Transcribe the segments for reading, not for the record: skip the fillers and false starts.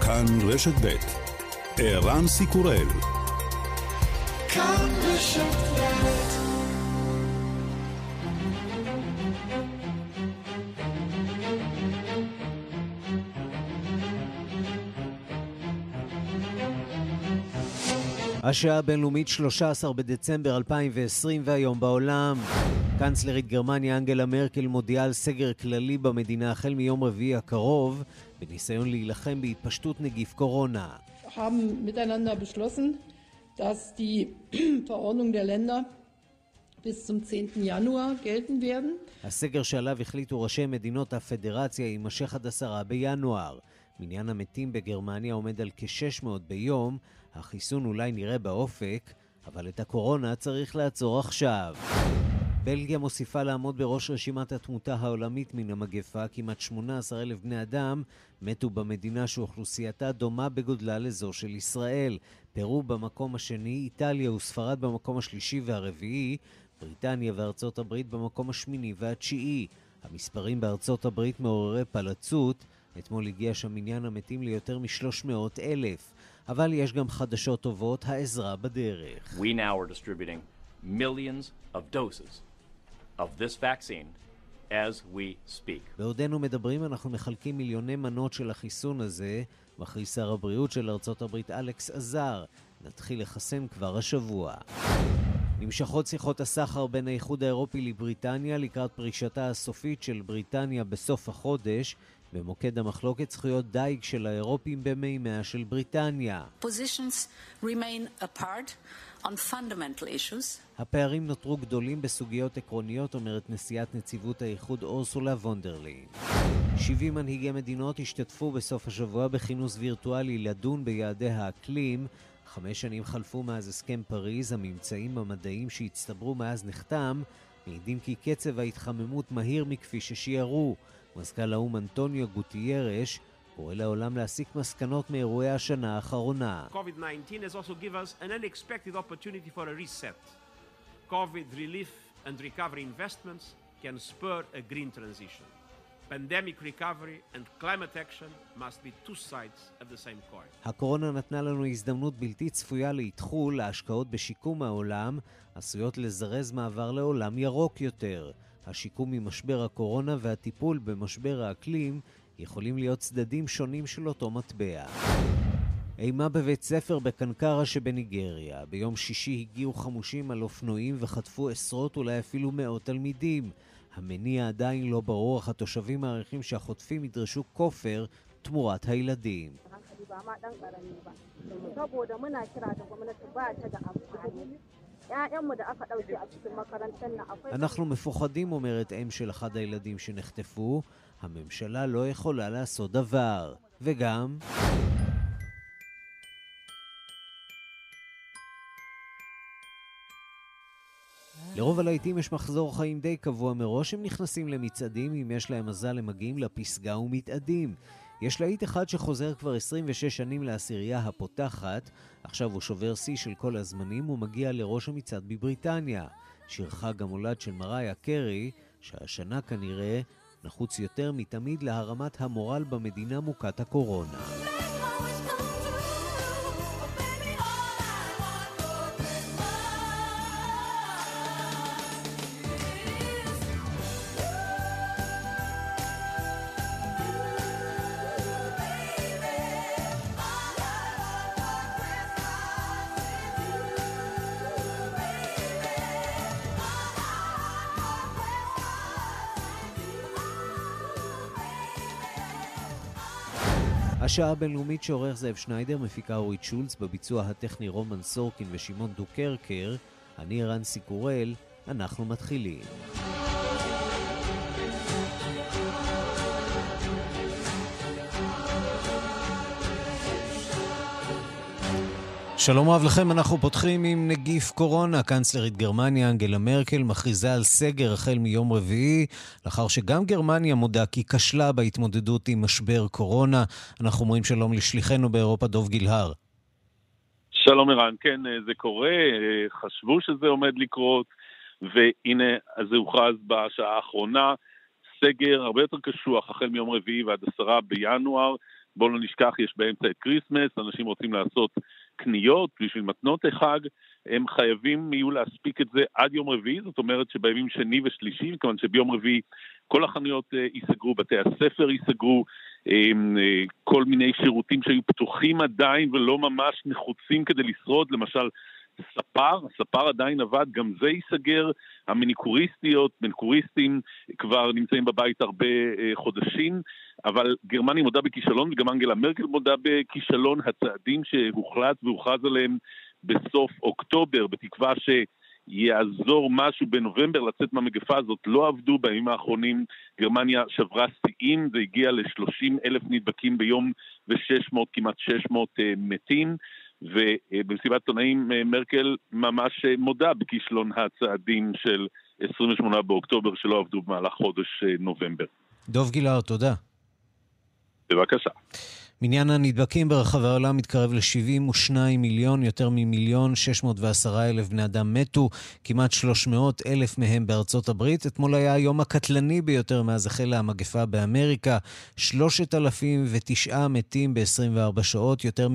כאן רשת ב' ערן סיקורל. כאן רשת ב'. השעה הבינלאומית 13 בדצמבר 2020 והיום בעולם. קנצלרית גרמניה אנגלה מרקל מודיעה על סגר כללי במדינה החל מיום רביעי הקרוב, בניסיון להילחם בהתפשטות נגיף קורונה. haben miteinander beschlossen, dass die Verordnung der Länder bis zum 10. Januar gelten werden. הסגר שעליו החליטו ראשי מדינות הפדרציה יימשך עד 10 בינואר. מניין המתים בגרמניה עומד על כ-600 ביום. החיסון אולי נראה באופק, אבל את הקורונה צריך לעצור עכשיו. בלגיה מוסיפה לעמוד בראש רשימת התמותה העולמית מן המגפה. כמעט 18,000 בני אדם מתו במדינה שאוכלוסייתה דומה בגודלה לזו של ישראל. פרו במקום השני, איטליה וספרד במקום השלישי והרביעי, בריטניה וארצות הברית במקום השמיני והתשיעי. המספרים בארצות הברית מעוררי פלצות. אתמול הגיע שם מניין המתים ליותר מ-300,000. אבל יש גם חדשות טובות, העזרה בדרך. We now are distributing millions of doses of this vaccine as we speak. בעודנו מדברים אנחנו מחלקים מיליוני מנות של החיסון הזה, מכריז שר הבריאות של ארצות הברית אלכס עזר. נתחיל לחסן כבר השבוע. נמשכות שיחות הסחר בין האיחוד האירופי לבריטניה לקראת פרישתה הסופית של בריטניה בסוף החודש. במוקד המחלוקת זכויות דייג של האירופים במימיה של בריטניה. Positions remain apart on fundamental issues. הפערים נותרו גדולים בסוגיות עקרוניות, אומרת נשיאת נציבות האיחוד אורסולה וונדרליין. 70 מנהיגי מדינות השתתפו בסוף השבוע בכינוס וירטואלי לדון ביעדי האקלים. 5 שנים חלפו מאז הסכם פריז. הממצאים המדעיים שהצטברו מאז נחתם מעידים כי קצב ההתחממות מהיר מכפי ששיערו. מזכ"ל האו"ם אנטוניו גוטיירש קורא לעולם להסיק מסקנות מאירועי השנה האחרונה. COVID-19 has also given us an unexpected opportunity for a reset. COVID relief and recovery investments can spur a green transition. Pandemic recovery and climate action must be two sides of the same coin. הקורונה נתנה לנו הזדמנות בלתי צפויה להתחול. להשקעות בשיקום העולם עשויות לזרז מעבר לעולם ירוק יותר. השיקום ממשבר הקורונה והטיפול במשבר האקלים יכולים להיות צדדים שונים של אותו מטבע. אימה בבית ספר בקנקרה שבניגריה. ביום שישי הגיעו חמושים על אופנועים וחטפו עשרות אולי אפילו מאות תלמידים. המניע עדיין לא ברור, אך התושבים מעריכים שהחוטפים ידרשו כופר תמורת הילדים. אנחנו מפוחדים, אומרת אם של אחד הילדים שנחטפו. הממשלה לא יכולה לעשות דבר. וגם לרוב הלהיטים יש מחזור חיים די קבוע מראש. הם נכנסים למצעדים, אם יש להם מזל הם מגיעים לפסגה ומתעדים. יש להיט אחד שחוזר כבר 26 שנים לעשירייה הפותחת. עכשיו הוא שובר שיא של כל הזמנים ומגיע לראש המצעד בבריטניה. שיר חג המולד של מריה קרי, שהשנה כנראה נחוץ יותר מתמיד להרמת המורל במדינה מוכת הקורונה. השעה הבינלאומית שעורך זאב שניידר, מפיקה אורית שולץ, בביצוע הטכני רומן סורקין ושמעון דוקרקר. אני ערן סיקורל, אנחנו מתחילים. שלום רב לכם, אנחנו פותחים עם נגיף קורונה. קנצלרית גרמניה אנגלה מרקל מכריזה על סגר החל מיום רביעי, לאחר שגם גרמניה מודה כי כשלה בהתמודדות עם משבר קורונה. אנחנו אומרים שלום לשליחנו באירופה דוב גילהר. שלום ערן, כן, זה קורה, חשבו שזה עומד לקרות, והנה זה הוכרז בשעה האחרונה, סגר הרבה יותר קשוח החל מיום רביעי ועד 10 בינואר, בואו לא נשכח, יש באמצע את קריסמס, אנשים רוצים לעשות קניות בשביל מתנות החג, הם חייבים יהיו להספיק את זה עד יום רביעי, זאת אומרת שבימים שני ושלישי, כיוון שביום רביעי כל החנויות ייסגרו, בתי הספר ייסגרו, כל מיני שירותים שהיו פתוחים עדיין ולא ממש נחוצים כדי לשרוד, למשל הספר עדיין עבד, גם זה ייסגר, מניקוריסטים כבר נמצאים בבית הרבה חודשים, אבל גרמניה מודה בכישלון, וגם אנגלה מרקל מודה בכישלון הצעדים שהוחלט והוכרז עליהם בסוף אוקטובר, בתקווה שיעזור משהו בנובמבר לצאת מהמגפה הזאת, לא עבדו בימים האחרונים, גרמניה שברה שיאים, זה הגיע ל-30,000 נדבקים ביום ו-600, כמעט 600 מתים, ובמסיבת עיתונאים מרקל ממש מודה בכישלון הצעדים של 28 באוקטובר שלא עבדו במהלך חודש נובמבר. דוב גילהר, תודה. בבקשה. מניין הנדבקים ברחבי העולם מתקרב ל-72 מיליון, יותר מ1,610,000 בני אדם מתו, כמעט 300,000 מהם בארצות הברית. אתמול היה היום הקטלני ביותר מאז החלה המגפה באמריקה, 3,009 מתים ב-24 שעות, יותר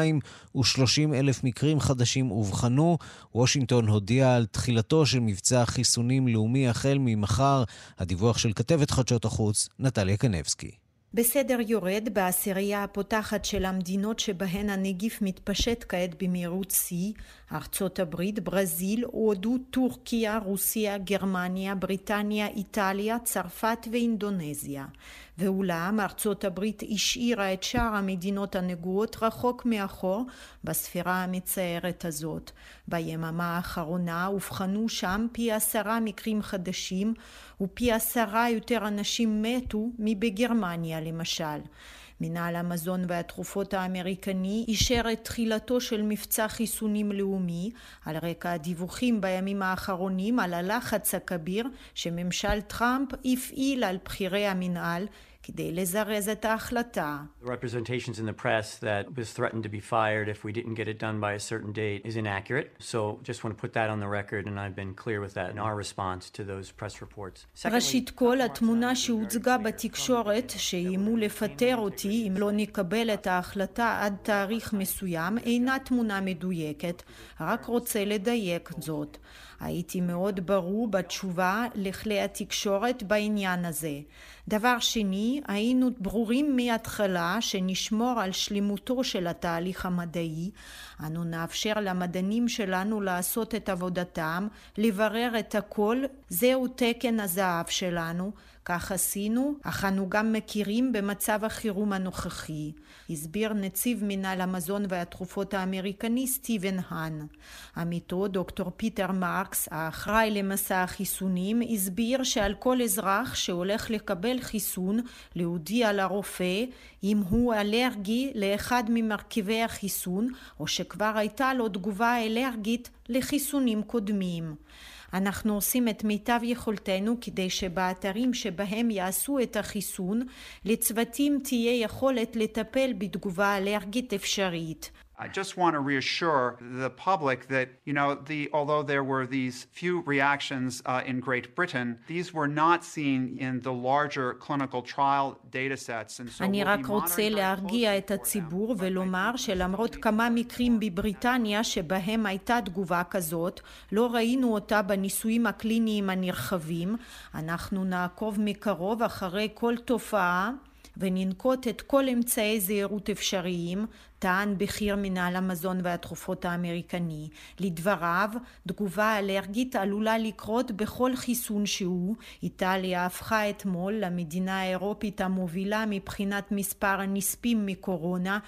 מ-230,000 מקרים חדשים אובחנו. וושינגטון הודיעה על תחילתו של מבצע חיסונים לאומי החל ממחר. הדיווח של כתבת חדשות החוץ, נטליה קנבסקי. בסדר יורד בעשירייה הפותחת של המדינות שבהן הנגיף מתפשט כעת במהירות שיא, ארצות הברית, ברזיל, הודו, טורקיה, רוסיה, גרמניה, בריטניה, איטליה, צרפת ואינדונזיה. ואולם ארצות הברית השאירה את שאר המדינות הנגועות רחוק מאחור בספירה המצערת הזאת. ביממה האחרונה הובחנו שם פי 10 מקרים חדשים, ופי 10 יותר אנשים מתו מבגרמניה למשל. מנהל המזון והתרופות האמריקני אישר את תחילתו של מבצע חיסונים לאומי על רקע הדיווחים בימים האחרונים על הלחץ הכביר שממשל טראמפ הפעיל על בכירי המנהל כדי לזרז את ההחלטה. The representations in the press that was threatened to be fired if we didn't get it done by a certain date is inaccurate. So just want to put that on the record and I've been clear with that in our response to those press reports. ראשית כל, התמונה שהוצגה בתקשורת שאיימו לפטר אותי אם לא נקבל את ההחלטה עד תאריך מסוים אינה תמונה מדויקת, רק רוצה לדייק זאת. הייתי מאוד ברור בתשובה לכלי התקשורת בעניין הזה. דבר שני, היינו ברורים מההתחלה שנשמור על שלמותו של התהליך המדעי. אנו נאפשר למדענים שלנו לעשות את עבודתם, לברר את הכל, זהו תקן הזהב שלנו. כך עשינו, אך אנו גם מכירים במצב החירום הנוכחי, הסביר נציב מנהל המזון והתרופות האמריקני סטיבן האן. עמיתו דוקטור פיטר מרקס, האחראי למסע החיסונים, הסביר שעל כל אזרח שהולך לקבל חיסון להודיע לרופא אם הוא אלרגי לאחד ממרכיבי החיסון או שכבר הייתה לו תגובה אלרגית לחיסונים קודמים. אנחנו עושים את מיטב יכולתנו כדי שבאתרים שבהם יעשו את החיסון, לצוותים תהיה יכולת לטפל בתגובה אלרגית אפשרית. I just want to reassure the public that, although there were these few reactions in Great Britain, these were not seen in the larger clinical trial data sets. And so אני רק רוצה להרגיע את הציבור ולומר שלמרות כמה מקרים בבריטניה שבהם הייתה תגובה כזאת, לא ראינו אותה בניסויים הקליניים הנרחבים. אנחנו נעקוב מקרוב אחרי כל תופעה וננקוט את כל אמצעי זהירות אפשריים, טען בכיר מנהל המזון והתרופות האמריקני. לדבריו, תגובה אלרגית עלולה לקרות בכל חיסון שהוא. איטליה הפכה אתמול למדינה האירופית המובילה מבחינת מספר הנספים מקורונה,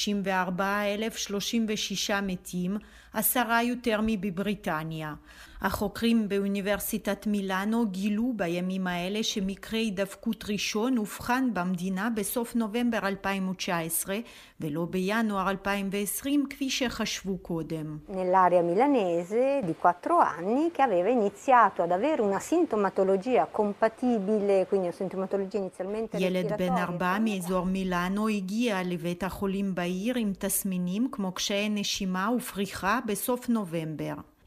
64,036 מתים, 10 יותר מבבריטניה. החוקרים באוניברסיטת מילאנו גילו בימים האלה שמקרה הידבקות ראשון הובחן במדינה בסוף נובמבר 2019 ולא בינואר 2020 כפי שחשבו קודם. Nell'area milanese di 4 anni che aveva iniziato ad avere una sintomatologia compatibile, quindi una sintomatologia inizialmente ילד בן 4 מאזור מילאנו הגיע לבית החולים בעיר עם תסמינים כמו קשיי נשימה ופריחה בסוף נובמבר.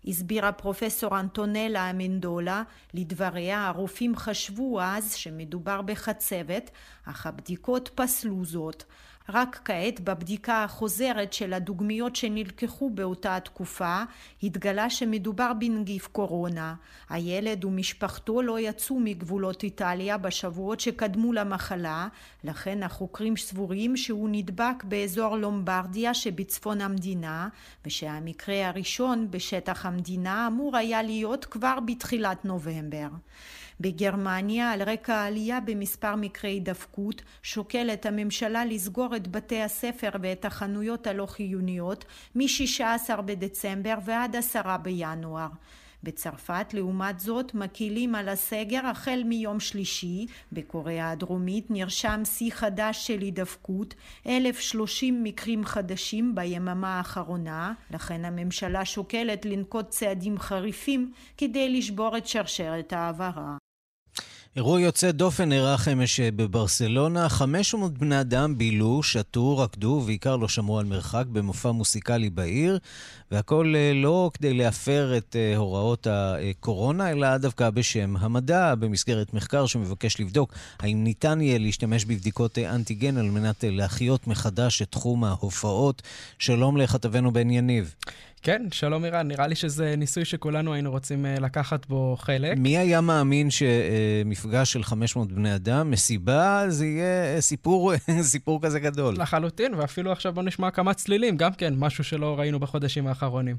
הסבירה פרופסור אנטונלה אמנדולה. לדבריה, הרופאים חשבו אז שמדובר בחצבת, אך הבדיקות פסלו זאת. רק כעת, בבדיקה החוזרת של הדוגמיות שנלקחו באותה התקופה, התגלה שמדובר בנגיף קורונה. הילד ומשפחתו לא יצאו מגבולות איטליה בשבועות שקדמו למחלה, לכן החוקרים סבורים שהוא נדבק באזור לומברדיה שבצפון המדינה, ושהמקרה הראשון בשטח המדינה אמור היה להיות כבר בתחילת נובמבר. בגרמניה, על רקע העלייה במספר מקרי דפקות, שוקלת הממשלה לסגור את בתי הספר ואת החנויות הלא חיוניות מ-16 בדצמבר ועד 10 בינואר. בצרפת, לעומת זאת, מקילים על הסגר החל מיום שלישי. בקוריאה הדרומית נרשם שיא חדש של הידבקות, 1,030 מקרים חדשים ביממה האחרונה, לכן הממשלה שוקלת לנקוט צעדים חריפים כדי לשבור את שרשרת העברה. אירוע יוצא דופן נערך אמש בברסלונה. 500 בני אדם בילו, שתו, רקדו ובעיקר לא שמרו על מרחק במופע מוסיקלי בעיר, והכל לא כדי להפר את הוראות הקורונה, אלא דווקא בשם המדע, במסגרת מחקר שמבקש לבדוק האם ניתן יהיה להשתמש בבדיקות אנטיגן על מנת להחיות מחדש את תחום ההופעות. שלום לכתבנו בן יניב. כן, שלום אירן, נראה לי שזה ניסוי שכולנו היינו רוצים לקחת בו חלק. מי היה מאמין שמפגש של 500 בני אדם, מסיבה, זה יהיה סיפור כזה גדול? לחלוטין, ואפילו עכשיו בוא נשמע כמה צלילים, גם כן, משהו שלא ראינו בחודשים האחרונים.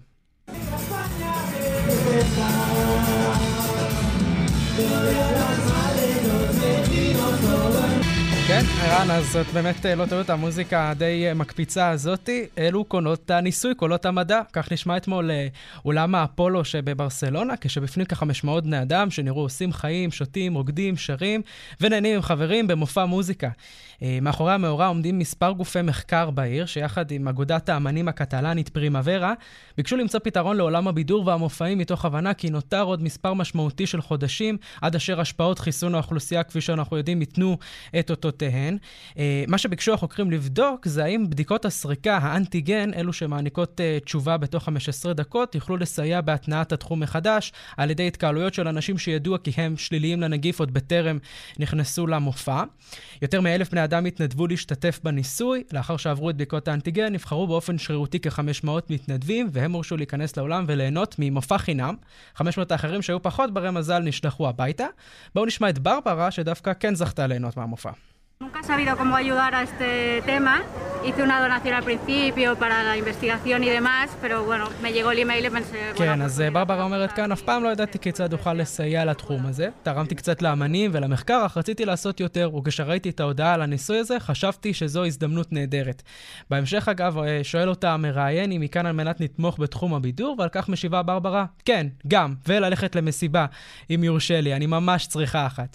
כן, אירן, אז זאת באמת לא טעות, המוזיקה הדי מקפיצה הזאת, אלו קולות הניסוי, קולות המדע. כך נשמע אתמול אולם האפולו שבברסלונה, כשבפנים כ500 בני אדם שנראו עושים חיים, שותים, רוקדים, שרים ונהנים עם חברים במופע מוזיקה. מאחורי המאורע עומדים מספר גופי מחקר בעיר, שיחד עם אגודת האמנים הקטלנית פרימוורה, ביקשו למצוא פתרון לעולם הבידור והמופעים מתוך הבנה כי נותר עוד מספר משמעותי של חודשים, עד אשר השפעות חיסון האוכלוסייה, כפי שאנחנו יודעים, ייתנו את אותותיהן. מה שביקשו החוקרים לבדוק זה האם בדיקות הסריקה, האנטיגן, אלו שמעניקות תשובה בתוך 15 דקות, יוכלו לסייע בהתנעת התחום מחדש, על ידי התקהלויות של אנשים שידוע כי הם שליליים לנגיף עוד בטרם נכנסו למופע. יותר מ1,000 בני אדם התנדבו להשתתף בניסוי, לאחר שעברו את בדיקות האנטיגן, נבחרו באופן שרירותי כ500 מתנדבים, והם הורשו להיכנס לעולם וליהנות ממופע חינם. 500 האחרים שהיו פחות ברי מזל נשלחו הביתה. בואו נשמע את ברברה, שדווקא כן זכתה ליהנות מהמופע. Nunca he sabido cómo ayudar a este tema. Hice una donación al principio para la investigación y demás, pero bueno, me llegó el email y pensé... כן, אז ברברה אומרת כאן, אף פעם לא ידעתי כיצד אוכל לסייע לתחום הזה. תרמתי קצת לאמנים ולמחקר, אך רציתי לעשות יותר, וכשראיתי את ההודעה על הניסוי הזה, חשבתי שזו הזדמנות נהדרת. בהמשך אגב, שואל אותה המראיין אם מכאן על מנת נתמוך בתחום הבידור, ועל כך משיבה ברברה, כן, גם, וללכת למסיבה, אם יורשה לי, אני ממש צריכה אחת.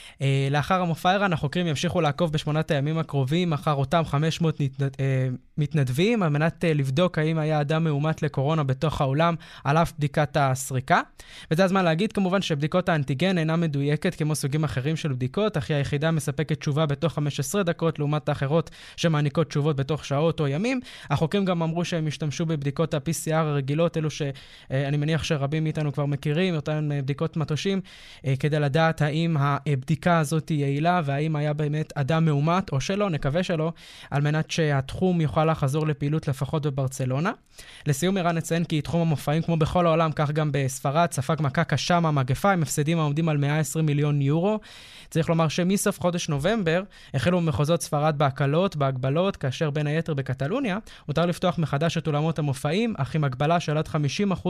לאחר המופע אירן, החוקרים ימשיכו לעקוב ב8 הימים הקרובים אחר אותם 500 מתנדבים, על מנת לבדוק האם היה אדם מאומת לקורונה בתוך האולם, על אף בדיקת הסריקה. וזה הזמן להגיד כמובן שבדיקות האנטיגן אינה מדויקת כמו סוגים אחרים של בדיקות, אך היא היחידה מספקת תשובה בתוך 15 דקות, לעומת האחרות שמעניקות תשובות בתוך שעות או ימים. החוקרים גם אמרו שהם השתמשו בבדיקות ה-PCR הרגילות, אלו שאני מניח שרבים מאיתנו כבר מכירים, אותן בדיקות מטושים, כדי לדעת האם הבדיקה הזאת היא יעילה, והאם היה באמת אדם מאומת או שלא, נקווה שלא, על מנת שהתחום יוכל לחזור לפעילות לפחות בברצלונה. לסיום אירן נציין כי תחום המופעים כמו בכל העולם, כך גם בספרד, ספג מכה קשה מהמגפה, עם הפסדים העומדים על 120 מיליון יורו. צריך לומר שמסוף חודש נובמבר החלו במחוזות ספרד בהקלות, בהגבלות, כאשר בין היתר בקטלוניה הותר לפתוח מחדש את אולמות המופעים, אך עם הגבלה של עד 50%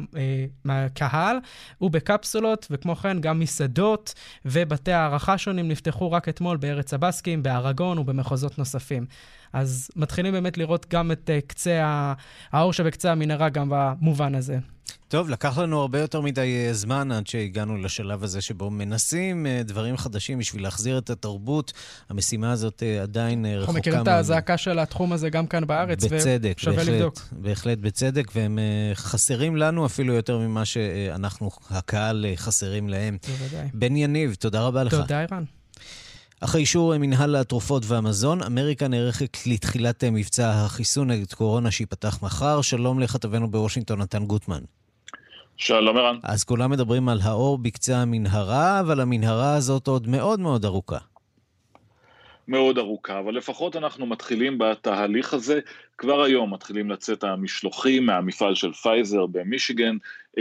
מהקהל, ובקפסולות, וכמו כן גם מסעדות ובתי הערכה שונים נפתחו רק אתמול בארץ הבסקים, בארגון ובמחוזות נוספים. אז מתחילים באמת לראות גם את קצה האור שבקצה המנהרה גם במובן הזה. טוב, לקח לנו הרבה יותר מדי זמן עד שהגענו לשלב הזה שבו מנסים דברים חדשים בשביל להחזיר את התרבות. המשימה הזאת עדיין רחוקה. אנחנו מכירים את הזעקה של התחום הזה גם כאן בארץ, בצדק, ושווה לבדוק. בהחלט בצדק, והם חסרים לנו אפילו יותר ממה שאנחנו, הקהל, חסרים להם. בוודאי. בן יניב, תודה רבה לך. תודה אירן. אחרי אישור מנהל התרופות והמזון, אמריקה נערכת לתחילת מבצע החיסון נגד קורונה שיפתח מחר. שלום לכתבנו בוושינגטון, נתן גוטמן. שלום ערן. אז כולם מדברים על האור בקצה המנהרה, אבל המנהרה הזאת עוד מאוד מאוד ארוכה. מאוד ארוכה, אבל לפחות אנחנו מתחילים בתהליך הזה, כבר היום מתחילים לצאת המשלוחים מהמפעל של פייזר במישיגן,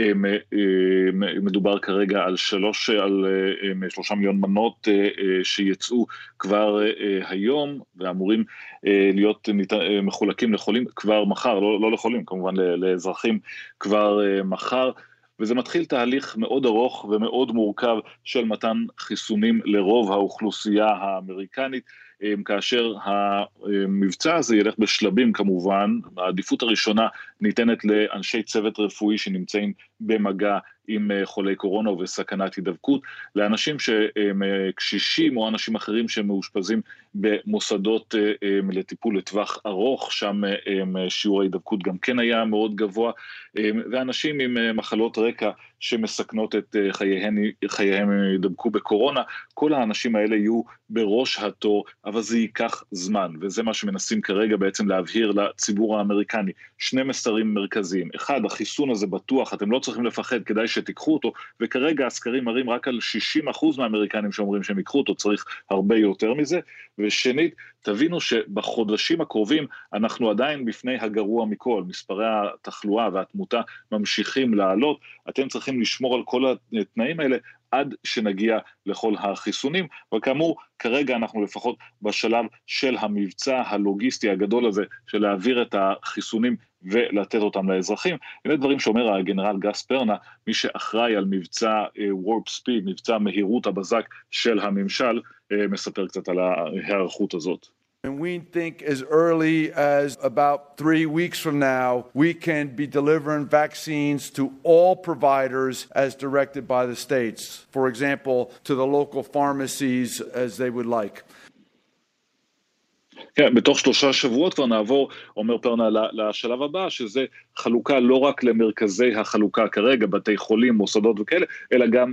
מדובר כרגע על 3 מיליון מנות שיצאו כבר היום, ואמורים להיות מחולקים לחולים כבר מחר, לא לחולים, כמובן לאזרחים כבר מחר, וזה מתחיל תהליך מאוד ארוך ומאוד מורכב של מתן חיסונים לרוב האוכלוסייה האמריקנית, כאשר המבצע הזה ילך בשלבים כמובן. העדיפות הראשונה ניתנת לאנשי צוות רפואי שנמצאים במגע עם חולי קורונה ובסכנת הידבקות, לאנשים שהם קשישים או אנשים אחרים שמאושפזים במוסדות לטיפול לטווח ארוך, שם שיעור ההידבקות גם כן היה מאוד גבוה, ואנשים עם מחלות רקע שמסכנות את חייהם הידבקו בקורונה. כל האנשים האלה יהיו בראש התור, אבל זה ייקח זמן, וזה מה שמנסים כרגע בעצם להבהיר לציבור האמריקני. 2 מסרים מרכזיים. 1, החיסון הזה בטוח, אתם לא צריכים לפחד, כדאי שתיקחו אותו, וכרגע הסקרים מראים רק על 60% מהאמריקנים שאומרים שהם ייקחו אותו, צריך הרבה יותר מזה. ושנית, תבינו שבחודשים הקרובים אנחנו עדיין בפני הגרוע מכל, מספרי התחלואה והתמותה ממשיכים לעלות, אתם צריכים לשמור על כל התנאים האלה עד שנגיע לכל החיסונים, וכאמור כרגע אנחנו לפחות בשלב של המבצע הלוגיסטי הגדול הזה של להעביר את החיסונים ולתת אותם לאזרחים. אלה דברים שאומר הגנרל גס פרנה, מי שאחראי על מבצע וורפ ספיד, מבצע מהירות הבזק של הממשל, מספר קצת על ההיערכות הזאת. And we think as early as about 3 weeks from now, we can be delivering vaccines to all providers as directed by the states. For example, to the local pharmacies as they would like. כן, בתוך 3 שבועות כבר נעבור, אומר פרנה, לשלב הבא, שזה חלוקה לא רק למרכזי החלוקה כרגע, בתי חולים, מוסדות וכאלה, אלא גם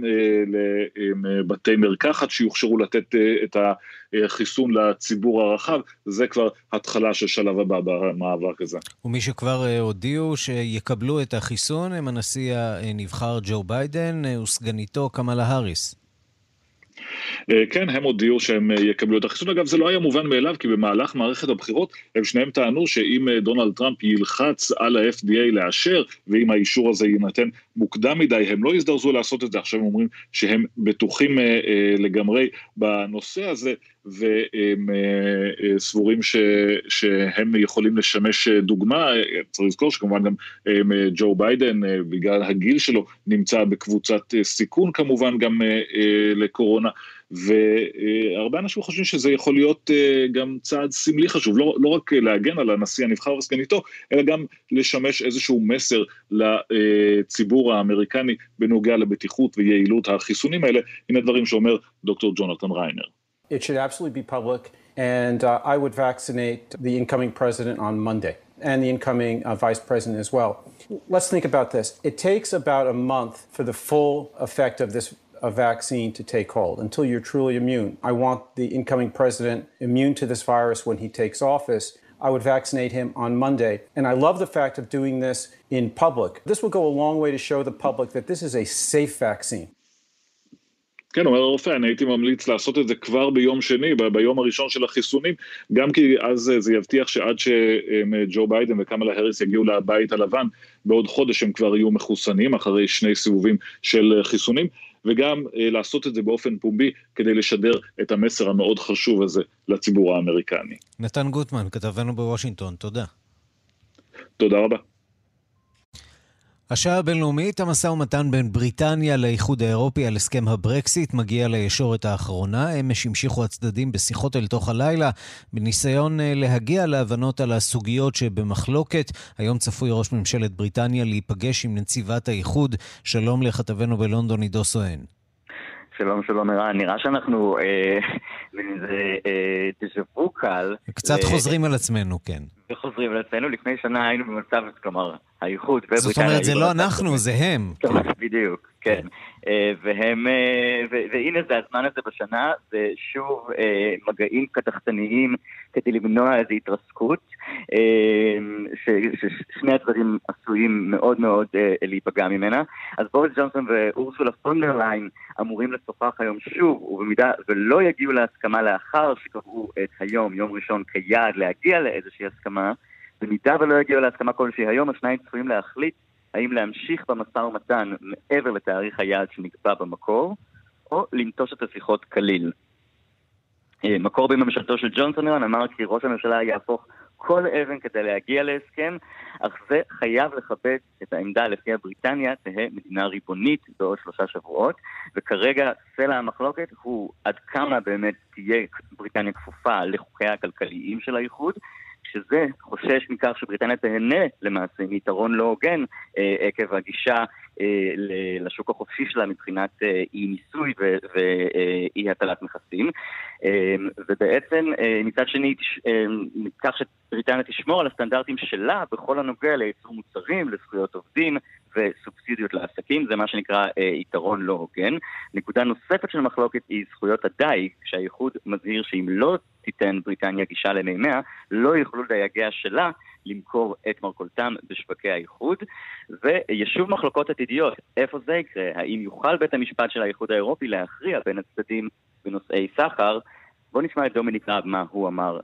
לבתי מרקחת שיוכשרו לתת את החיסון לציבור הרחב. זה כבר התחלה של שלב הבא במאבק הזה. ומי שכבר הודיעו שיקבלו את החיסון הם הנשיא הנבחר ג'ו ביידן וסגניתו קמאלה האריס. כן, הם הודיעו שהם יקבלו את החיסון. אגב, זה לא היה מובן מאליו, כי במהלך מערכת הבחירות הם שניהם טענו שאם דונלד טראמפ ילחץ על ה-FDA לאשר, ואם האישור הזה יינתן מוקדם מדי, הם לא יזדרזו לעשות את זה. עכשיו הם אומרים שהם בטוחים לגמרי בנושא הזה, והם סבורים שהם יכולים לשמש דוגמה. צריך לזכור שכמובן גם ג'ו ביידן, בגלל הגיל שלו, נמצא בקבוצת סיכון כמובן גם לקורונה, והרבה אנשים חושבים שזה יכול להיות גם צעד סמלי חשוב, לא רק להגן על הנשיא הנבחר וסגניתו, אלא גם לשמש איזשהו מסר לציבור האמריקני בנוגע לבטיחות ויעילות החיסונים האלה. הנה דברים שאומר דוקטור ג'ונתן ריינר. It should absolutely be public, and I would vaccinate the incoming president on Monday, and the incoming vice president as well. Let's think about this. It takes about a month for the full effect of this vaccine to take hold, until you're truly immune. I want the incoming president immune to this virus when he takes office. I would vaccinate him on Monday. And I love the fact of doing this in public. This will go a long way to show the public that this is a safe vaccine. כן, אומר הרופא, אני הייתי ממליץ לעשות את זה כבר ביום שני, ביום הראשון של החיסונים, גם כי אז זה יבטיח שעד שג'ו ביידן וקמאלה האריס יגיעו לבית הלבן, בעוד חודש הם כבר יהיו מחוסנים, אחרי 2 סיבובים של חיסונים, וגם לעשות את זה באופן פומבי, כדי לשדר את המסר המאוד חשוב הזה לציבור האמריקני. נתן גוטמן, כתבנו בוושינגטון, תודה. תודה רבה. השעה הבינלאומית, המשא ומתן בין בריטניה לאיחוד האירופי על הסכם הברקסיט מגיע לישורת האחרונה. אמש המשיכו הצדדים בשיחות אל תוך הלילה בניסיון להגיע להבנות על הסוגיות שבמחלוקת. היום צפוי ראש ממשלת בריטניה להיפגש עם נציבת האיחוד. שלום לכתבנו בלונדון עידו סואן. שלום, שלום ערן. נראה שאנחנו תשבו קל. קצת חוזרים על עצמנו, כן. וחוזרים על עצמנו. לפני שנה היינו במצב, כלומר, האיחוד ובריטניה. זאת אומרת, זה לא אנחנו, זה הם. בדיוק, כן. והנה זה הזמן הזה בשנה, זה שוב מגעים קטחתניים כדי למנוע איזו התרסקות. ששני הצדדים עשויים מאוד מאוד להיפגע ממנה. אז בוריס ג'ונסון ואורסולה פון דר ליין אמורים לשוחח היום שוב, ובמידה ולא יגיעו להסכמה לאחר שקבעו את היום, יום ראשון, כיעד להגיע לאיזושהי הסכמה, במידה ולא יגיעו להסכמה כלשהי היום, השניים צפויים להחליט האם להמשיך במשא ומתן מעבר לתאריך היעד שנקבע במקור, או לנטוש את השיחות כליל. מקור בממשלתו של ג'ונסון אמר כי ראש הממשלה יהפוך כל אבן כדי להגיע להסכם, אך זה חייב לכבד את העמדה לפיה בריטניה תהיה מדינה ריבונית בעוד 3 שבועות, וכרגע סלע המחלוקת הוא עד כמה באמת תהיה בריטניה כפופה לחוקיה הכלכליים של האיחוד, שזה חושש מכך שבריטניה תהנה למעשה מיתרון לא הוגן עקב הגישה לשוק החופשי שלה מבחינת אי ניסוי ואי הטלת מכסים, ובעצם מצד שני כך שבריטניה תשמור על הסטנדרטים שלה בכל הנוגע לייצור מוצרים, לזכויות עובדים וסובסידיות לעסקים, זה מה שנקרא יתרון לא הוגן. נקודה נוספת של מחלוקת היא זכויות הדייג, שהאיחוד מזהיר שאם לא תיתן בריטניה גישה למימיה, לא יוכלו דייגיה שלה למכור את מרכולתם בשווקי האיחוד, וישוב מחלוקות עתידיות. איפה זה יקרה? האם יוכל בית המשפט של האיחוד האירופי להכריע בין הצדדים בנושאי סחר? בוא נשמע את דומיניק ראב מה הוא אמר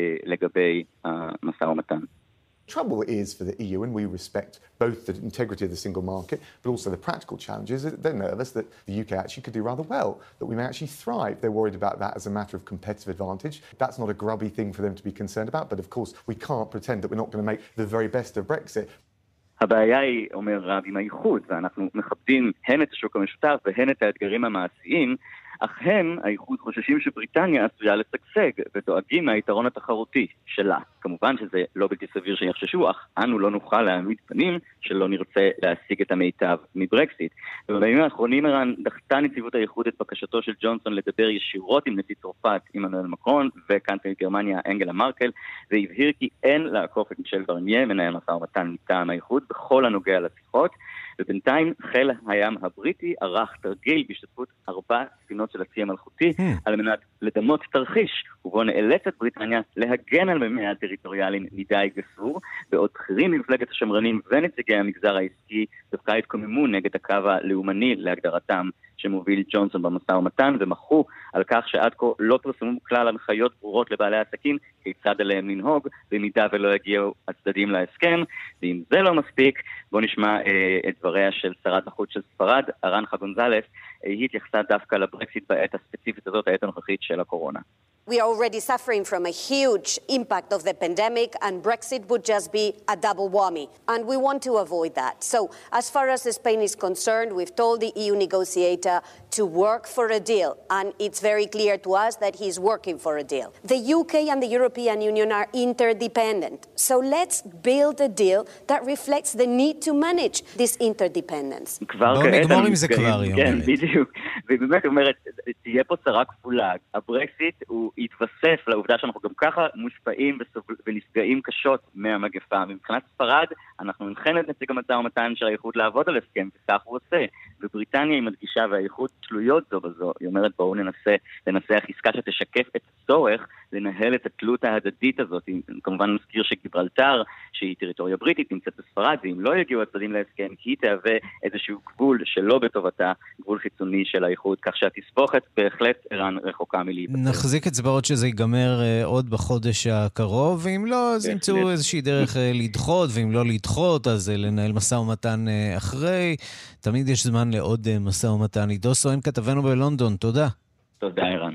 לגבי המשא ומתן. Trouble is for the EU, and we respect both the integrity of the single market, but also the practical challenges. They're nervous that the UK actually could do rather well, that we may actually thrive. They're worried about that as a matter of competitive advantage. That's not a grubby thing for them to be concerned about, but of course we can't pretend that we're not going to make the very best of Brexit. הבעיה היא, אומר רב, עם האיחוד, ואנחנו מכבדים הן את השוק המשותף והן את האתגרים המעשיים, אך הם, האיחוד, חוששים שבריטניה עשויה לשגשג ודואגים מהיתרון התחרותי שלה. כמובן שזה לא בלתי סביר שיחששו, אך אנו לא נוכל להעמיד פנים שלא נרצה להשיג את המיטב מברקסיט. ובימים האחרונים איראן דחתה נציבות האיחוד את בקשתו של ג'ונסון לדבר ישירות עם נשיא צרפת עמנואל מקרון וקנצלרית גרמניה אנגלה מרקל, והבהיר כי אין לעקוף את מישל ברניה, מנהל משא ומתן מטעם האיחוד, בכל הנוגע לשיחות. ובינתיים חיל הים הבריטי ערך תרגיל בהשתתפות 4 ספינות של הצי המלכותי על מנת לדמות תרחיש, ובו נאלצת בריטניה להגן על מימיה הטריטוריאליים מדי גסור, בעוד בכירים ממפלגת השמרנים ונציגי המגזר העסקי דווקא התקוממו נגד הקו הלאומני להגדרתם שמוביל ג'ונסון במשא ומתן, ומחו על כך שעד כה לא פרסמו כלל הנחיות ברורות לבעלי העסקים כיצד עליהם לנהוג, במידה ולא יגיעו הצדדים להסכם. ואם זה לא מספיק, בוא נשמע את דבריה של שרת החוץ של ספרד, ארנחה גונזלס. היא התייחסה דווקא לברקסיט בעת הספציפית הזאת, העת הנוכחית של הקורונה. We are already suffering from a huge impact of the pandemic, and Brexit would just be a double whammy. And we want to avoid that. So, as far as Spain is concerned, we've told the EU negotiator to work for a deal. And it's very clear to us that he's working for a deal. The UK and the European Union are interdependent. So, let's build a deal that reflects the need to manage this interdependence. בואו נגמור עם זה כבר, היא אומרת. כן, בדיוק. ובאמת אומרת, תהיה פה צרה כפולה. הברקסיט הוא יתווסף לעובדה שאנחנו גם ככה מושפעים ונפגעים קשות מהמגפה. מבחינת ספרד, אנחנו ננחן את נציג המשא ומתן של האיחוד לעבוד על הסכם, וכך הוא עושה. בבריטניה היא מדגישה והאיחוד תלויות זו בזו. היא אומרת, בואו ננסח עסקה שתשקף את הצורך לנהל את התלות ההדדית הזאת. כמובן נזכיר שגיברלטר, שהיא טריטוריה בריטית, נמצאת בספרד, ואם לא יגיעו הצדדים להסכם, היא תהווה איזשהו גבול שלא בטובתה, גבול חיצוני של האיחוד, כך שהתסבוכת בהחלט איראן רחוקה מלהיפטר. נחזיק אצבעות שזה ייגמר עוד בחודש הקרוב, ואם לא, אז ימצאו איזושהי דרך לדחות, ואם לא לדחות, אז לנהל משא ומתן אחרי. תמיד יש זמן לעוד משא ומתן. עידו סואן, כתבנו בלונדון, תודה. תודה, אירן.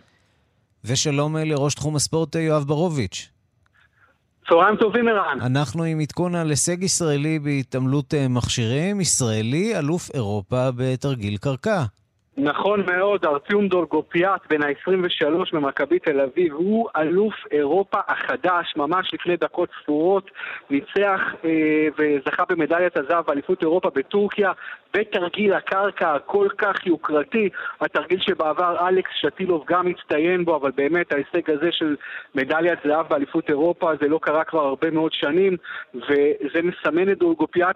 ושלום לראש תחום הספורט יואב ברוביץ'. צהריים טובים, ערן. אנחנו עם עדכון על הישג ישראלי בהתעמלות מכשירים, ישראלי אלוף אירופה בתרגיל קרקע. נכון מאוד, ארטיום דולגופיאט בן ה-23 ממכבי תל אביב, הוא אלוף אירופה החדש, ממש לפני דקות ספורות, ניצח וזכה במדליית הזהב באליפות אירופה בטורקיה, בתרגיל הקרקע הכל כך יוקרתי, התרגיל שבעבר אלכס שטילוב גם הצטיין בו, אבל באמת ההישג הזה של מדליית זהב באליפות אירופה זה לא קרה כבר הרבה מאוד שנים, וזה מסמן את דולגופיאט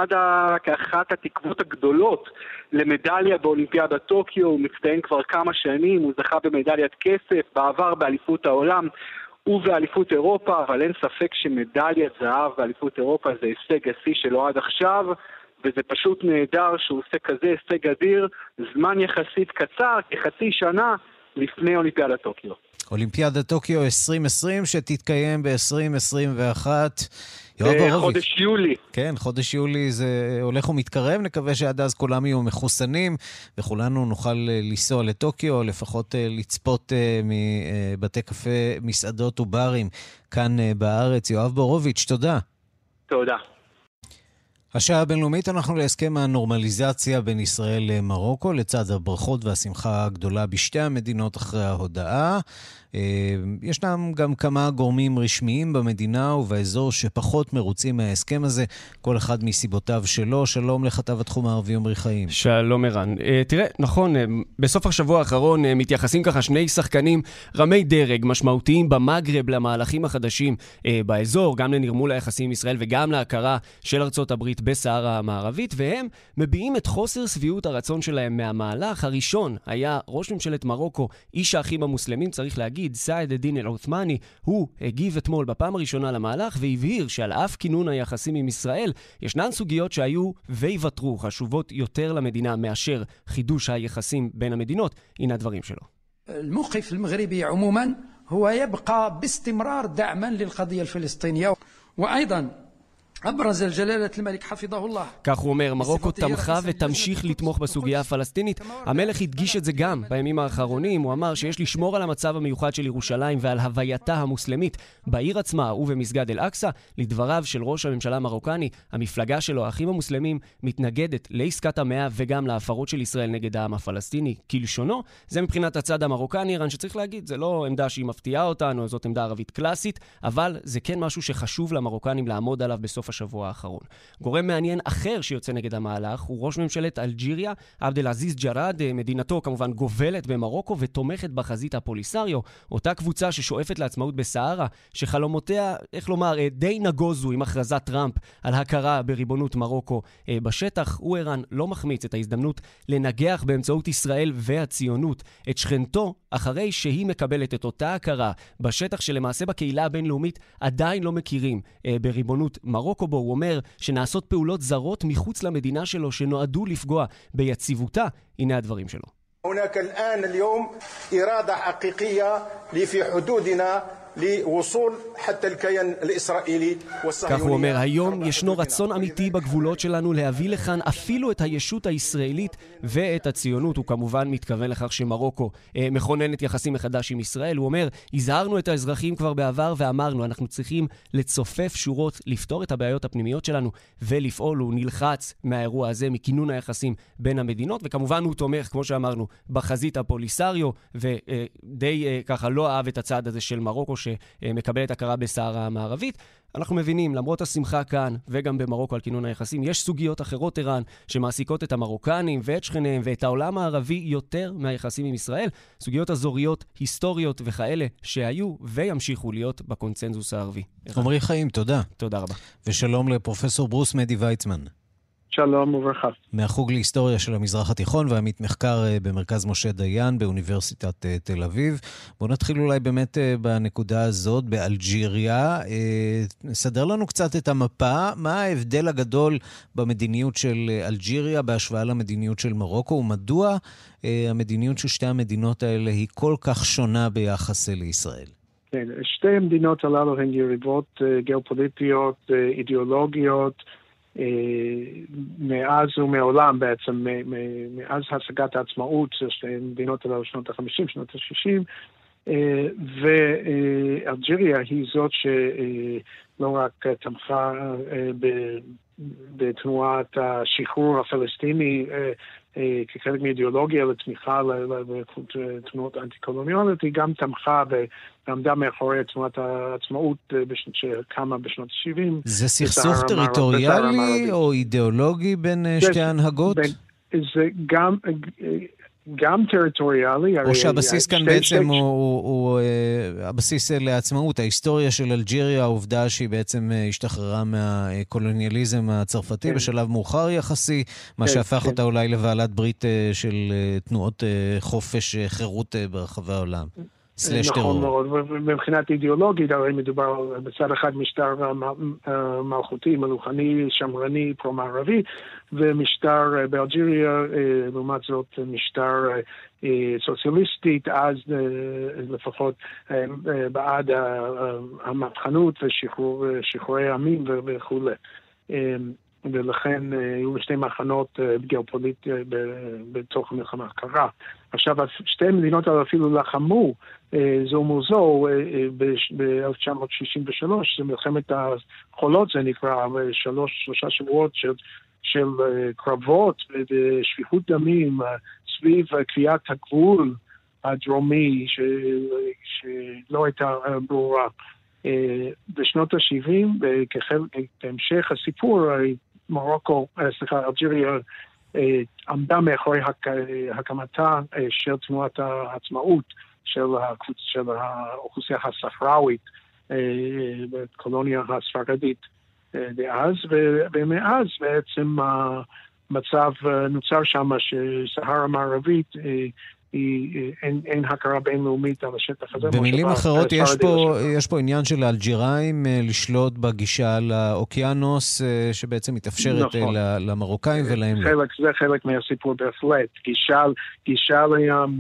כאחת התקוות הגדולות למדליה באולימפיאדה טוקיו. הוא מצטיין כבר כמה שנים, הוא זכה במדליית כסף, בעבר באליפות העולם, ובאליפות אירופה, אבל אין ספק שמדליית זהב באליפות אירופה זה הישג השיא שלו עד עכשיו, וזה פשוט נהדר שהוא עושה כזה הישג אדיר, זמן יחסית קצר, כחצי שנה לפני אולימפיאדת טוקיו. אולימפיאדת טוקיו 2020 שתתקיים ב-2021. חודש יולי. כן, חודש יולי זה הולך ומתקרב, נקווה שעד אז כולם יהיו מחוסנים, וכולנו נוכל לנסוע לטוקיו, לפחות לצפות מבתי קפה, מסעדות וברים כאן בארץ. יואב בורוביץ', תודה. תודה. השעה הבינלאומית, אנחנו להסכם הנורמליזציה בין ישראל למרוקו, לצד הברכות והשמחה הגדולה בשתי המדינות אחרי ההודעה. ישנם גם כמה גורמים רשמיים במדינה ובאזור שפחות מרוצים מההסכם הזה, כל אחד מסיבותיו שלו. שלום לכתב התחום הערבי עמרי חיים. שלום ערן. תראה, נכון, בסוף השבוע האחרון מתייחסים ככה שני שחקנים רמי דרג משמעותיים במגרב למהלכים החדשים באזור, גם לנרמול היחסים עם ישראל וגם להכרה של ארצות הברית בסהרה המערבית, והם מביעים את חוסר סביעות הרצון שלהם מהמהלך. הראשון היה ראש ממשלת מרוקו, איש האחים המוסלמים, צריך להגיד, סעד א-דין אל-עות'מאני. הוא הגיב אתמול בפעם הראשונה למהלך והבהיר שעל אף כינון היחסים עם ישראל ישנן סוגיות שהיו ויוותרו חשובות יותר למדינה מאשר חידוש היחסים בין המדינות. הנה הדברים שלו. الموقف المغربي عموما هو يبقى باستمرار دعما للقضية الفلسطينية وأيضا אברז אל-ג'ללת למלך חפידהו אללה. כך הוא אומר, מרוקו תמכה ותמשיך לתמוך בסוגיה הפלסטינית. המלך הדגיש את זה גם בימים האחרונים. הוא אמר שיש לשמור על המצב המיוחד של ירושלים ועל הווייתה המוסלמית בעיר עצמה ובמסגד אל-אקצא. לדבריו של ראש הממשלה המרוקני, המפלגה שלו, האחים המוסלמים, מתנגדת לעסקת המאה וגם להפרות של ישראל נגד העם הפלסטיני כלשונו. זה מבחינת הצד המרוקני, רן, שצריך להגיד, זה לא עמדה שהיא מפתיעה אותנו, זאת עמדה ערבית קלאסית, אבל זה כן משהו שחשוב למרוקנים לעמוד עליו בסוף השבוע האחרון. גורם מעניין אחר שיוצא נגד המהלך הוא ראש ממשלת אלג'יריה, עבד אל-עזיז ג'ראד. מדינתו כמובן גובלת במרוקו ותומכת בחזית הפוליסריו, אותה קבוצה ששואפת לעצמאות בסהרה, שחלומותיה, איך לומר, די נגוזו עם הכרזת טראמפ על הכרה בריבונות מרוקו בשטח. הוא איראן לא מחמיץ את ההזדמנות לנגח באמצעות ישראל והציונות את שכנתו, אחרי שהיא מקבלת את אותה הכרה בשטח שלמעשה בקהילה הבינלאומית עדיין לא מכירים בריבונות מרוקו בו. הוא אומר שנעשות פעולות זרות מחוץ למדינה שלו שנועדו לפגוע ביציבותה. הנה הדברים שלו. هناك الآن اليوم إرادة حقيقية في حدودنا לווסול حتى الكيان الإسرائيلي والصهيوني. כך הוא אומר, היום ישנו רצון אמיתי בגבולות שלנו להביא לכאן אפילו את הישות הישראלית ואת הציונות. הוא כמובן מתכוון לכך שמרוקו מכוננת יחסים מחדש עם ישראל. הוא אומר, הזהרנו את האזרחים כבר בעבר ואמרנו, אנחנו צריכים לצופף שורות, לפתור את הבעיות הפנימיות שלנו ולפעול. הוא נלחץ מהאירוע הזה, מכינון היחסים בין המדינות, וכמובן הוא תומך, כמו שאמרנו, בחזית הפוליסריו, ודי ככה לא אהב את הצעד הזה של מרוקו שמקבלת הכרה בסהרה המערבית. אנחנו מבינים, למרות השמחה כאן וגם במרוקו על כינון היחסים, יש סוגיות אחרות איראן שמעסיקות את המרוקנים ואת שכניהם ואת העולם הערבי יותר מהיחסים עם ישראל, סוגיות אזוריות, היסטוריות וכאלה שהיו וימשיכו להיות בקונצנזוס הערבי. עמרי חיים, תודה. תודה רבה. ושלום לפרופסור ברוס מדי ויצמן. שלום וברכה. מהחוג להיסטוריה של המזרח התיכון ועמית מחקר במרכז משה דיין באוניברסיטת תל אביב. בואו נתחיל אולי באמת בנקודה הזאת, באלג'יריה. נסדר לנו קצת את המפה. מה ההבדל הגדול במדיניות של אלג'יריה בהשוואה למדיניות של מרוקו, ומדוע המדיניות של שתי המדינות האלה היא כל כך שונה ביחס לישראל? כן, שתי המדינות הללו הן יריבות גיאופוליטיות, אידיאולוגיות, מאז ומעולם בעצם, מאז השגת העצמאות של שתי מדינות הללו שנות ה-50, שנות ה-60, ואלג'יריה היא זאת שלא רק תמכה בתנועת השחרור הפלסטיני כחלק מאידיאולוגיה לתמיכה לתנועות אנטי-קולוניאליות, היא גם תמכה ועמדה מאחורי תנועת העצמאות שקמה בשנות ה-70. זה סכסוך טריטוריאלי או אידיאולוגי בין שתי ההנהגות? זה גם טריטוריאלי. או שהבסיס כאן בעצם הוא הבסיס לעצמאות, ההיסטוריה של אלג'יריה, העובדה שהיא בעצם השתחררה מהקולוניאליזם הצרפתי בשלב מאוחר יחסי, מה שהפך אותה אולי לבעלת ברית של תנועות חופש חירות ברחבי העולם. נכון מאוד, ומבחינת אידיאולוגית, הרי מדובר בצד אחד משטר מלכותי, מלוכני, שמרני, פרו-מערבי, ומשטר באלג'יריה, לעומת זאת משטר סוציאליסטית, אז לפחות בעד המהפכנות ושחרורי העמים וכו'. ולכן היו שתי מחנות גיאופוליטיות בתוך המלחמה הקרה. עכשיו, שתי מדינות אפילו לחמו זו מול זו ב-1963, זה מלחמת החולות, זה נקרא, שלושה שבועות של קרבות ושפיכות דמים סביב קביעת הגבול הדרומי שלא הייתה ברורה. בשנות ה-70, כהמשך הסיפור, אלג'יריה עמדה מאחורי הקמתה של תנועת העצמאות של האוכלוסייה הספראווית בקולוניה הספרדית דאז, ומאז בעצם המצב נוצר שם שסהרה המערבית אין הכרה בינלאומית על השטח הזה. במילים אחרות, יש פה עניין של האלג'יראים לשלוט בגישה לאוקיינוס, שבעצם מתאפשרת למרוקאים ולהם. זה חלק מהסיפור בהחלט. גישה לים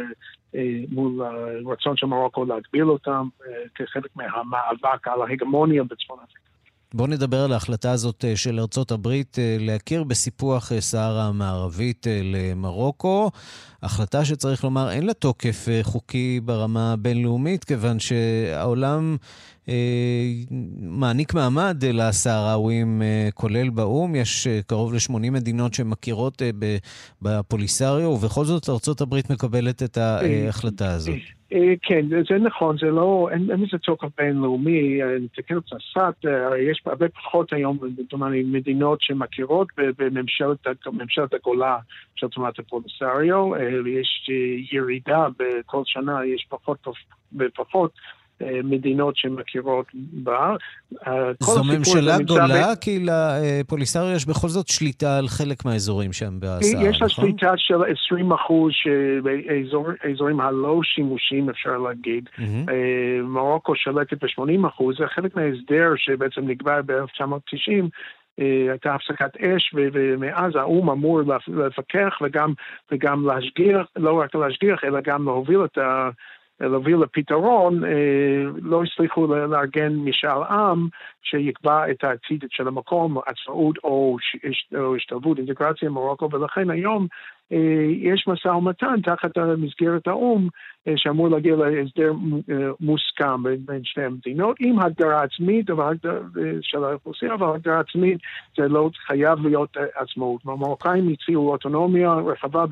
מול רצון של מרוקו להגביל אותם, כחלק מהמאבק על ההגמוניה בצפון אפריקה. בואו נדבר על ההחלטה הזאת של ארצות הברית להכיר בסיפוח סהרה המערבית למרוקו. החלטה שצריך לומר אין לה תוקף חוקי ברמה הבינלאומית, כיוון שהעולם מעניק מעמד לסהראווים, כולל באום. יש קרוב ל-80 מדינות שמכירות בפוליסריו, ובכל זאת ארצות הברית מקבלת את ההחלטה הזאת. כן, זה נכון, זה לא, אין לזה תוקף בינלאומי, נתקן אותה קצת, יש הרבה פחות היום מדינות שמכירות בממשלת הגולה של תנועת הפוליסריו, יש ירידה בכל שנה, יש פחות מדינות שמכירות בה. זו ממשלה גדולה, כי לפוליסריו יש בכל זאת שליטה על חלק מהאזורים שם בסהרה, יש לה שליטה של 20% באזורים הלא שימושיים, אפשר להגיד. מרוקו שלטת ב-80%, זה חלק מההסדר שבעצם נקבע ב-1990, הייתה הפסקת אש, ומאז האום אמור לפקח וגם להשגיח, לא רק להשגיח, אלא גם להוביל לפתרון. לא הצליחו לארגן משאל עם שיקבע את העתיד של המקום, עצמאות או השתלבות, אינטגרציה עם מרוקו, ולכן היום יש משא ומתן תחת מסגרת האום שאמור להגיע להסדר מוסכם בין שתי המדינות, עם הגדרה עצמית של האוכלוסייה, אבל הגדרה עצמית זה לא חייב להיות עצמאות. המרוקאים הציעו אוטונומיה רחבה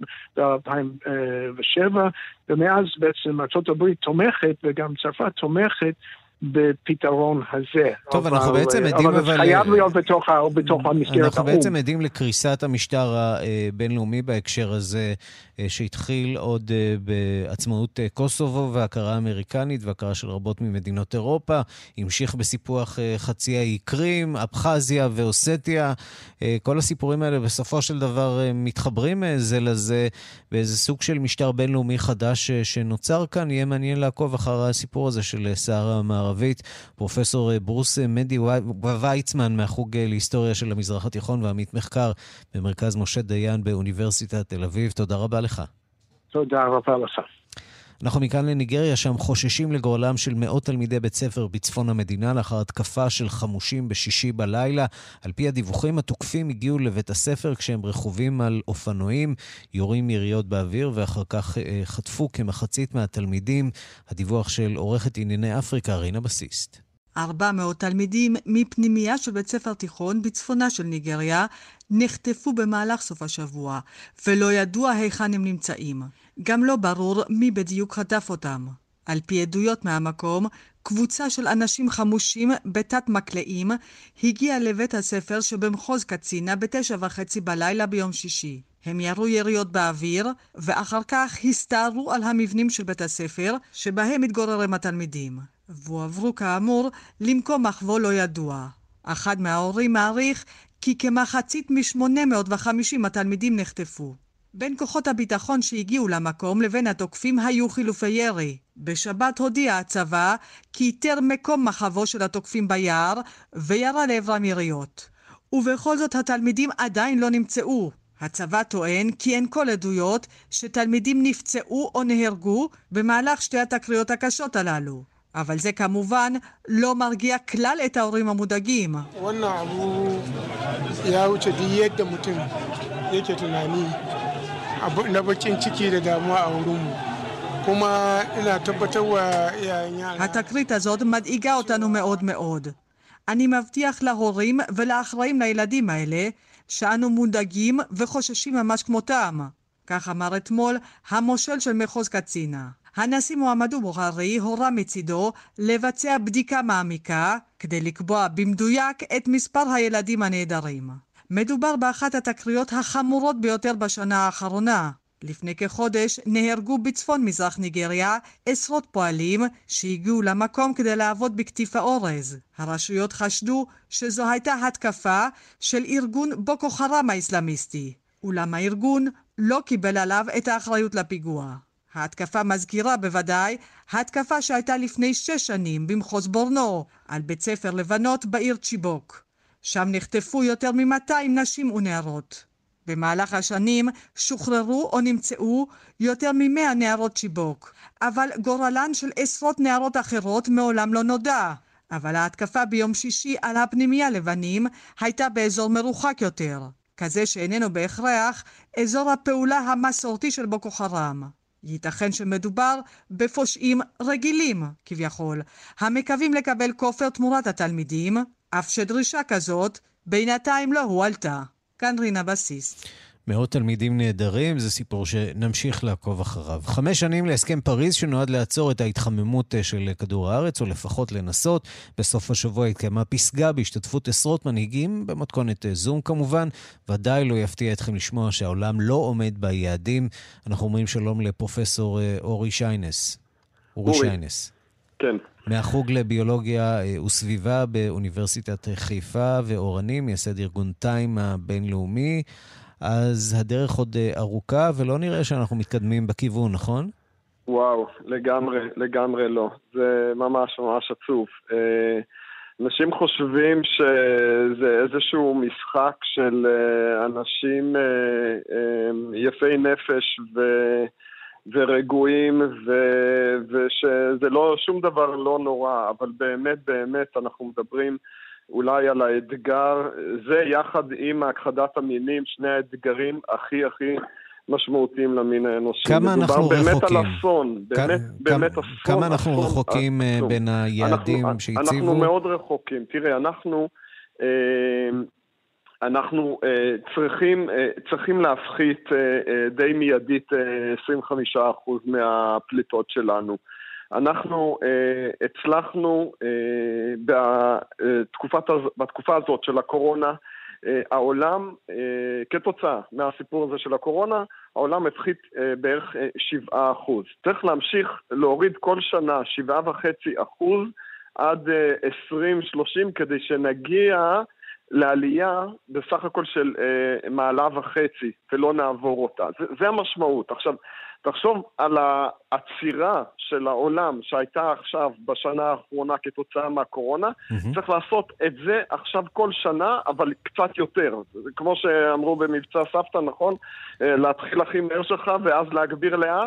ב-2007, ומאז בעצם ארצות הברית תומכת וגם צרפת תומכת בפתרון הזה. טוב, אנחנו בעצם עדים, אבל זה חייב להיות בתוך המסגרת. אנחנו בעצם עדים לקריסת המשטר הבינלאומי בהקשר הזה, שהתחיל עוד בעצמאות קוסובו והכרה אמריקנית והכרה של רבות ממדינות אירופה, המשיך בסיפוח חצי האי קרים, אבחזיה ואוסטיה. כל הסיפורים האלה בסופו של דבר מתחברים זה לזה, באיזה סוג של משטר בינלאומי חדש שנוצר כאן. יהיה מעניין לעקוב אחר הסיפור הזה של סהרה המערבית. פרופסור ברוס מדי ויצמן מהחוג להיסטוריה של המזרח התיכון ועמית מחקר במרכז משה דיין באוניברסיטת תל אביב. תודה רבה לך. תודה רבה לך. אנחנו מכאן לניגריה, שם חוששים לגורלם של מאות תלמידי בית ספר בצפון המדינה לאחר התקפה של חמושים בשישי בלילה. על פי הדיווחים, התוקפים הגיעו לבית הספר כשהם רכובים על אופנועים, יורים יריות באוויר, ואחר כך חטפו כמחצית מהתלמידים. הדיווח של עורכת ענייני אפריקה, רינה בסיסט. 400 תלמידים מפנימייה של בית ספר תיכון בצפונה של ניגריה נחטפו במהלך סוף השבוע, ולא ידוע היכן הם נמצאים. גם לא ברור מי בדיוק חטף אותם. על פי עדויות מהמקום, קבוצה של אנשים חמושים בתת מקלעים הגיעה לבית הספר שבמחוז קצינה ב9:30 בלילה ביום שישי. הם ירו יריות באוויר, ואחר כך הסתערו על המבנים של בית הספר שבהם מתגוררים התלמידים. ועברו כאמור למקום מחבוא לא ידוע. אחד מההורים מעריך כי כמחצית מ-850 התלמידים נחטפו. בין כוחות הביטחון שהגיעו למקום לבין התוקפים היו חילופי ירי. בשבת הודיע הצבא כי איתר מקום מחבו של התוקפים ביער וירה לעברם יריות. ובכל זאת התלמידים עדיין לא נמצאו. הצבא טוען כי אין כל עדויות שתלמידים נפצעו או נהרגו במהלך שתי התקריות הקשות הללו. אבל זה כמובן לא מרגיע כלל את ההורים המודאגים. התקרית הזאת מדאיגה אותנו מאוד מאוד. אני מבטיח להורים ולאחראים לילדים האלה שאנו מודאגים וחוששים ממש כמותם. כך אמר אתמול המושל של מחוז קצינה. הנשיא מוחמד בוכרי הורה מצידו לבצע בדיקה מעמיקה כדי לקבוע במדויק את מספר הילדים הנעדרים. מדובר באחת התקריות החמורות ביותר בשנה האחרונה. לפני כחודש נהרגו בצפון מזרח ניגריה עשרות פועלים שהגיעו למקום כדי לעבוד בקטיף האורז. הרשויות חשדו שזו הייתה התקפה של ארגון בוקו חרם האסלאמיסטי, אולם הארגון לא קיבל עליו את האחריות לפיגוע. ההתקפה מזכירה בוודאי התקפה שהייתה לפני 6 שנים במחוז בורנו על בית ספר לבנות בעיר צ'יבוק. שם נחטפו יותר מ-200 נשים ונערות. במהלך השנים שוחררו או נמצאו יותר מ-100 נערות צ'יבוק, אבל גורלן של עשרות נערות אחרות מעולם לא נודע. אבל ההתקפה ביום שישי על הפנימייה לבנים הייתה באזור מרוחק יותר, כזה שאיננו בהכרח אזור הפעולה המסורתי של בוקו חרם. ייתכן שמדובר בפושעים רגילים, כביכול, המקווים לקבל כופר תמורת התלמידים, אף שדרישה כזאת בינתיים לא הועלתה. כאן רינה בסיס. מאות תלמידים נהדרים, זה סיפור שנמשיך לעקוב אחריו. 5 שנים להסכם פריז שנועד לעצור את ההתחממות של כדור הארץ, או לפחות לנסות. בסוף השבוע התקיימה פסגה בהשתתפות עשרות מנהיגים, במתכונת זום כמובן. ודאי לא יפתיע אתכם לשמוע שהעולם לא עומד ביעדים. אנחנו אומרים שלום לפרופסור אורי שיינס. אורי שיינס. כן. מהחוג לביולוגיה וסביבה באוניברסיטת חיפה ואורני, מייסד ארגון טיים הבינלאומי. אז הדרך עוד ארוכה, ולא נראה שאנחנו מתקדמים בכיוון, נכון? וואו, לגמרי לא. זה ממש ממש עצוב. אנשים חושבים שזה איזשהו משחק של אנשים יפי נפש ורגועים, ושזה לא, שום דבר לא נורא, אבל באמת אנחנו מדברים אולי על האתגר, זה יחד עם הכחדת המינים, שני האתגרים הכי משמעותיים למין האנושי. כמה אנחנו רחוקים? באמת על אסון, באמת אסון. כמה אנחנו רחוקים בין היעדים שהציבו? אנחנו מאוד רחוקים. תראה, אנחנו צריכים להפחית די מיידית 25% מהפליטות שלנו. אנחנו הצלחנו בתקופה הזאת של הקורונה, העולם, כתוצאה מהסיפור הזה של הקורונה, העולם הפחית בערך 7%. צריך להמשיך להוריד כל שנה 7.5% עד 2030 כדי שנגיע לעלייה בסך הכל של 1.5 מעלות ולא נעבור אותה. זה המשמעות. עכשיו, תחשוב על העצירה של העולם שהייתה עכשיו בשנה האחרונה כתוצאה מהקורונה, צריך לעשות את זה עכשיו כל שנה, אבל קצת יותר. כמו שאמרו במבצע סבתא, נכון? להתחיל הכי מהר שלך ואז להגביר לאט.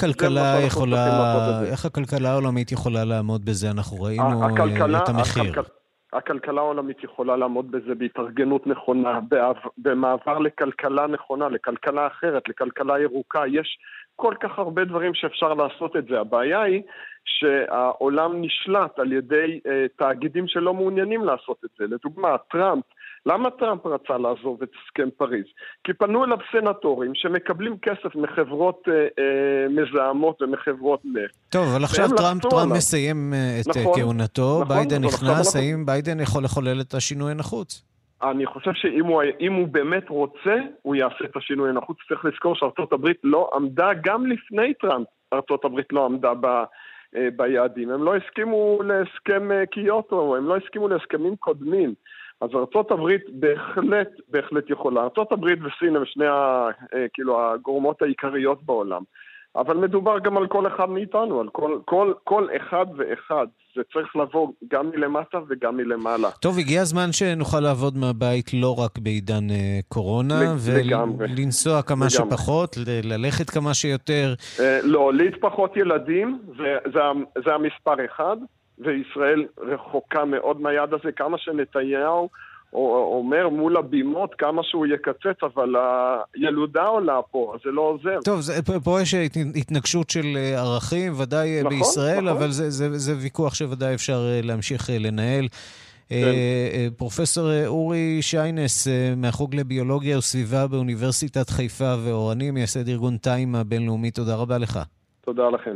איך הכלכלה העולמית יכולה לעמוד בזה? אנחנו ראינו את המחיר. הכלכלה העולמית יכולה לעמוד בזה בהתארגנות נכונה, במעבר לכלכלה נכונה, לכלכלה אחרת, לכלכלה ירוקה. יש כל כך הרבה דברים שאפשר לעשות את זה. הבעיה היא שהעולם נשלט על ידי תאגידים שלא מעוניינים לעשות את זה. לדוגמה, טראמפ. למה טראמפ רצה לעזוב את הסכם פריז? כי פנו אליו סנטורים שמקבלים כסף מחברות מזהמות ומחברות נפט. טוב, אבל עכשיו טראמפ מסיים את כהונתו, ביידן נכנס, האם ביידן יכול לחולל את השינוי הנחוץ? אני חושב שאם הוא באמת רוצה, הוא יעשה את השינוי הנחוץ. צריך לזכור שארצות הברית לא עמדה, גם לפני טראמפ, ארצות הברית לא עמדה ביעדים. הם לא הסכימו להסכם קיוטו, הם לא הסכימו להסכמים קודמים. אז ארצות הברית בהחלט יכולה. ארצות הברית וסין הם שני הגורמות העיקריות בעולם. אבל מדובר גם על כל אחד מאיתנו, על כל אחד ואחד. זה צריך לבוא גם מלמטה וגם מלמעלה. טוב, הגיע הזמן שנוכל לעבוד מהבית לא רק בעידן קורונה, ולנסוע כמה שפחות, ללכת כמה שיותר. לא, להתפחות ילדים, זה המספר אחד, וישראל רחוקה מאוד מהיד הזה, כמה שנתניהו אומר מול הבימות כמה שהוא יקצץ, אבל הילודה עולה פה, אז זה לא עוזר. טוב, פה יש התנגשות של ערכים, ודאי נכון, בישראל, נכון. אבל זה ויכוח שוודאי אפשר להמשיך לנהל. כן. פרופסור אורי שיינס, מהחוג לביולוגיה וסביבה באוניברסיטת חיפה ואורני, מייסד ארגון טיים הבינלאומי, תודה רבה לך. תודה לכם.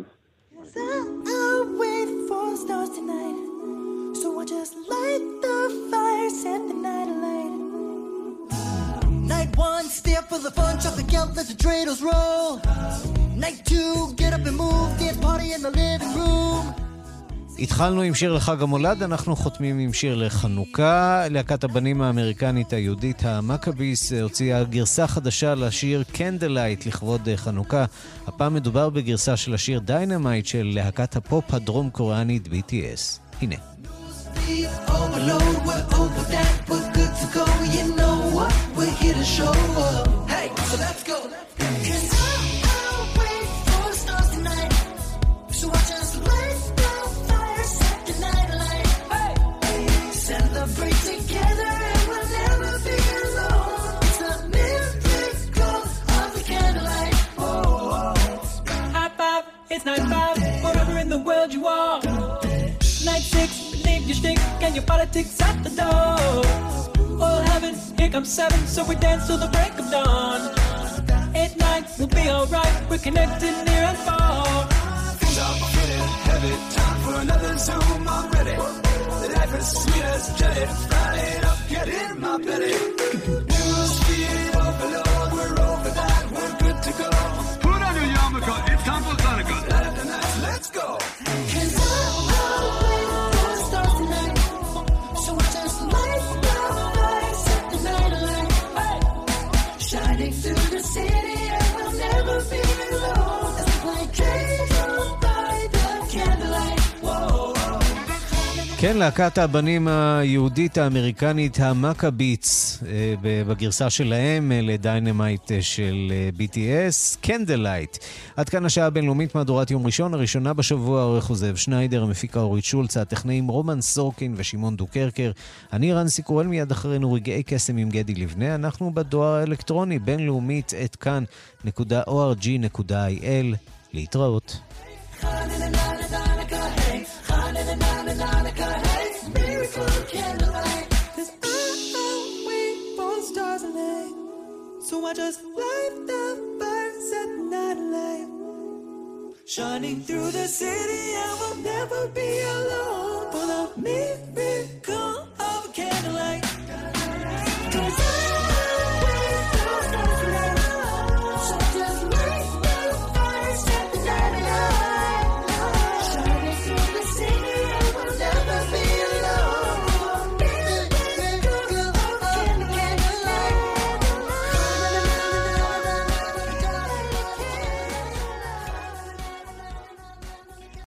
Just light the fire, set the night alight. Night one, stay up for the fun, chuck the count, let the dreidels roll. Night two, get up and move, dance party in the living room. התחלנו עם שיר לחג המולד, אנחנו חותמים עם שיר לחנוכה. להקת הבנים האמריקנית היהודית המקביס הוציאה גרסה חדשה לשיר קנדלייט לכבוד חנוכה. הפעם מדובר בגרסה של השיר דיינמייט של להקת הפופ הדרום קוריאנית BTS. הנה. Overload, we're over that, we're good to go. You know what? We're here to show up. Hey, so let's go. Cause I'll wait for the stars tonight. So I just light the fire, set the night alight. Hey, celebrate together and we'll never be alone. It's a miracle of the candlelight. Oh. High five, it's night 5, whatever in the world you are. Night 6. Your stick and your politics at the door. All heaven, here comes 7, so we dance till the break of dawn. 8, 9, we'll be alright. We're connected near and far. Things are getting heavy. Time for another Zoom. I'm ready. The life is sweet as jelly. Fry it up, get in my belly. Newsfeed overload. We're over that. We're good to go. Put on your yarmulke. It's time for Hanukkah. Light up the night. Let's go. Through the city and we'll never be alone as we play cradle by the candlelight. Whoa. כן, להקת הבנים היהודית האמריקנית המקביץ בגרסה שלהם לדיינמייט של BTS, קנדלייט. עד כאן השעה הבינלאומית, מהדורת יום ראשון, הראשונה בשבוע, עורך זאב שניידר, המפיקה אורית שולץ, הטכנאים רומן סורקין ושמעון דוקרקר. אני רנסי קורל, מיד אחרינו רגעי קסם עם גדי לבנה. אנחנו בדואר האלקטרוני בינלאומית את כאן.org.il. להתראות. So I just light the fire, set the night alight. Shining through the city, I will never be alone. For the miracle